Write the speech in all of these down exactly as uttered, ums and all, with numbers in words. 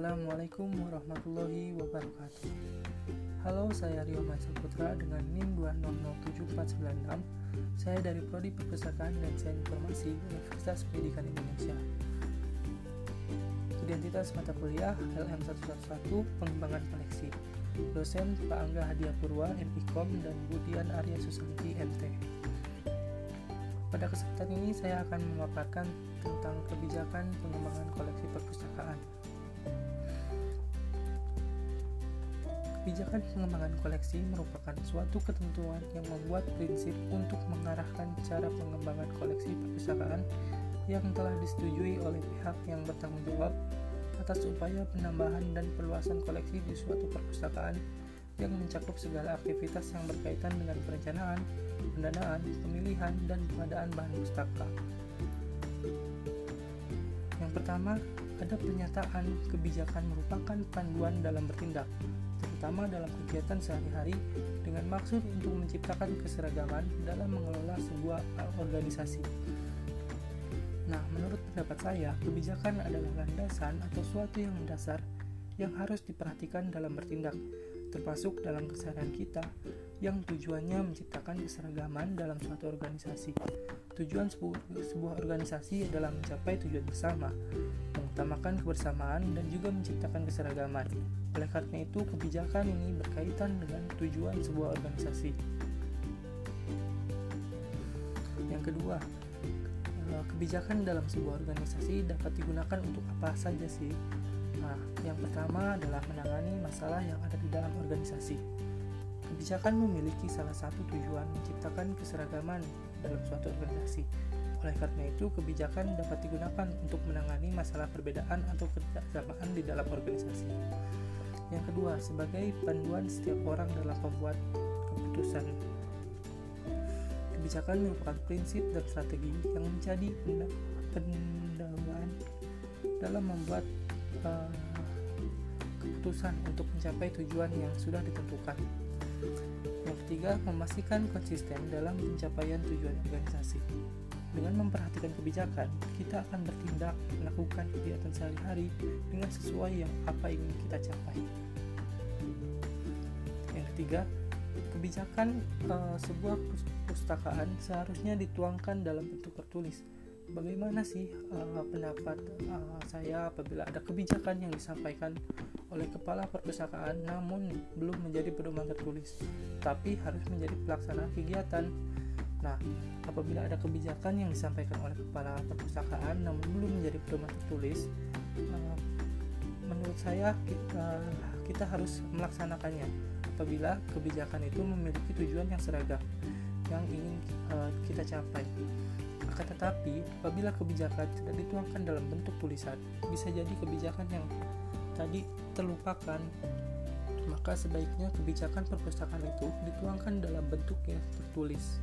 Assalamualaikum warahmatullahi wabarakatuh. Halo, saya Rio Mansur Putra dengan NIM dua nol nol tujuh empat sembilan enam. Saya dari Prodi Perpustakaan dan Sains Informasi Universitas Pendidikan Indonesia. Identitas mata kuliah L M seratus sebelas Pengembangan Koleksi. Dosen Pak Angga Hadiapurwa M Ikom dan Budian Arya Susanti M T. Pada kesempatan ini saya akan memaparkan tentang kebijakan pengembangan koleksi perpustakaan. Kebijakan pengembangan koleksi merupakan suatu ketentuan yang membuat prinsip untuk mengarahkan cara pengembangan koleksi perpustakaan yang telah disetujui oleh pihak yang bertanggung jawab atas upaya penambahan dan perluasan koleksi di suatu perpustakaan yang mencakup segala aktivitas yang berkaitan dengan perencanaan, pendanaan, pemilihan, dan pengadaan bahan pustaka. Yang pertama, ada pernyataan kebijakan merupakan panduan dalam bertindak, terutama dalam kegiatan sehari-hari dengan maksud untuk menciptakan keseragaman dalam mengelola sebuah organisasi. Nah, menurut pendapat saya, kebijakan adalah landasan atau suatu yang mendasar yang harus diperhatikan dalam bertindak, termasuk dalam keseharian kita, yang tujuannya menciptakan keseragaman dalam suatu organisasi. Tujuan sebu- sebuah organisasi adalah mencapai tujuan bersama, mengutamakan kebersamaan, dan juga menciptakan keseragaman. Oleh karena itu, kebijakan ini berkaitan dengan tujuan sebuah organisasi. Yang kedua, kebijakan dalam sebuah organisasi dapat digunakan untuk apa saja sih? Nah, yang pertama adalah menangani masalah yang ada di dalam organisasi. Kebijakan memiliki salah satu tujuan menciptakan keseragaman dalam suatu organisasi. Oleh karena itu, kebijakan dapat digunakan untuk menangani masalah perbedaan atau ketidaksamaan di dalam organisasi. Yang kedua, sebagai panduan setiap orang dalam membuat keputusan. Kebijakan merupakan prinsip dan strategi yang menjadi pendanaan dalam membuat uh, keputusan untuk mencapai tujuan yang sudah ditentukan. Yang ketiga, memastikan konsisten dalam pencapaian tujuan organisasi. Dengan memperhatikan kebijakan, kita akan bertindak melakukan kegiatan sehari-hari dengan sesuai yang apa ingin kita capai. Yang ketiga, kebijakan uh, sebuah perpustakaan seharusnya dituangkan dalam bentuk tertulis. Bagaimana sih uh, pendapat uh, saya apabila ada kebijakan yang disampaikan oleh kepala perpustakaan namun belum menjadi pedoman tertulis, tapi harus menjadi pelaksanaan kegiatan. Nah, apabila ada kebijakan yang disampaikan oleh kepala perpustakaan namun belum menjadi pedoman tertulis, uh, menurut saya kita, kita harus melaksanakannya apabila kebijakan itu memiliki tujuan yang seragam yang ingin uh, kita capai. Akan tetapi, apabila kebijakan tidak dituangkan dalam bentuk tulisan, bisa jadi kebijakan yang tadi terlupakan. Maka sebaiknya kebijakan perpustakaan itu dituangkan dalam bentuk yang tertulis.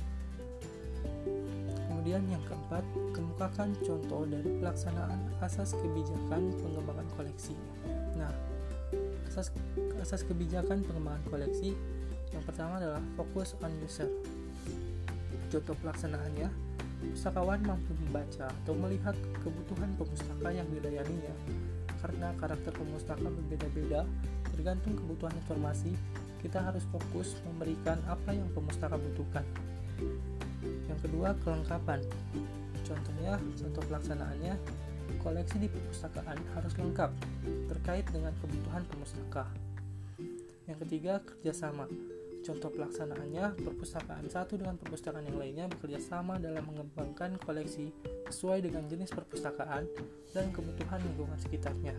Kemudian yang keempat, kemukakan contoh dari pelaksanaan asas kebijakan pengembangan koleksi. Nah, asas asas kebijakan pengembangan koleksi yang pertama adalah focus on user. Contoh pelaksanaannya, pustakawan mampu membaca atau melihat kebutuhan pemustaka yang dilayaninya. Karena karakter pemustaka berbeda-beda, tergantung kebutuhan informasi, kita harus fokus memberikan apa yang pemustaka butuhkan. Yang kedua, kelengkapan. Contohnya, contoh pelaksanaannya, koleksi di perpustakaan harus lengkap terkait dengan kebutuhan pemustaka. Yang ketiga, kerjasama. Contoh pelaksanaannya, perpustakaan satu dengan perpustakaan yang lainnya bekerja sama dalam mengembangkan koleksi sesuai dengan jenis perpustakaan dan kebutuhan lingkungan sekitarnya.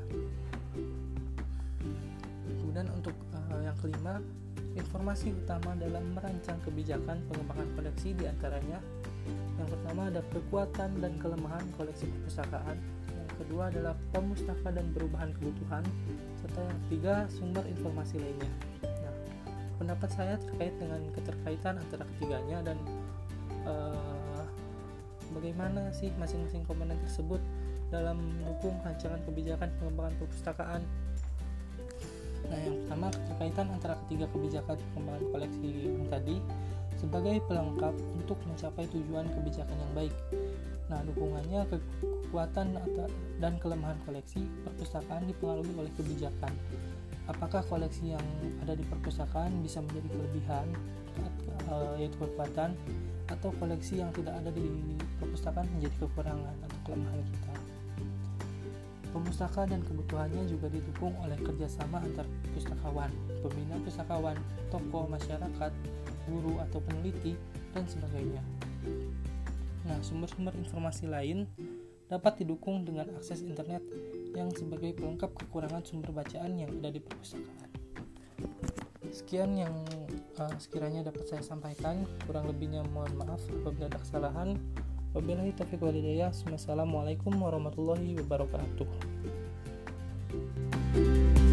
Kemudian untuk uh, yang kelima, informasi utama dalam merancang kebijakan pengembangan koleksi diantaranya, yang pertama ada kekuatan dan kelemahan koleksi perpustakaan, yang kedua adalah pemustaka dan perubahan kebutuhan, serta yang ketiga sumber informasi lainnya. Pendapat saya terkait dengan keterkaitan antara ketiganya dan uh, bagaimana sih masing-masing komponen tersebut dalam mendukung rancangan kebijakan pengembangan perpustakaan. Nah, yang pertama, keterkaitan antara ketiga kebijakan pengembangan koleksi yang tadi sebagai pelengkap untuk mencapai tujuan kebijakan yang baik. Nah, dukungannya ke kekuatan atau dan kelemahan koleksi perpustakaan dipengaruhi oleh kebijakan. Apakah koleksi yang ada di perpustakaan bisa menjadi kelebihan, yaitu kekuatan, atau koleksi yang tidak ada di perpustakaan menjadi kekurangan atau kelemahan kita. Pemustaka dan kebutuhannya juga didukung oleh kerjasama antar pustakawan, pembina pustakawan, tokoh masyarakat, guru atau peneliti, dan sebagainya. Nah, sumber-sumber informasi lain dapat didukung dengan akses internet yang sebagai pelengkap kekurangan sumber bacaan yang ada di perpustakaan. Sekian yang uh, sekiranya dapat saya sampaikan, kurang lebihnya mohon maaf apabila ada kesalahan. Wabillahi taufiq wal hidayah. Wassalamualaikum warahmatullahi wabarakatuh.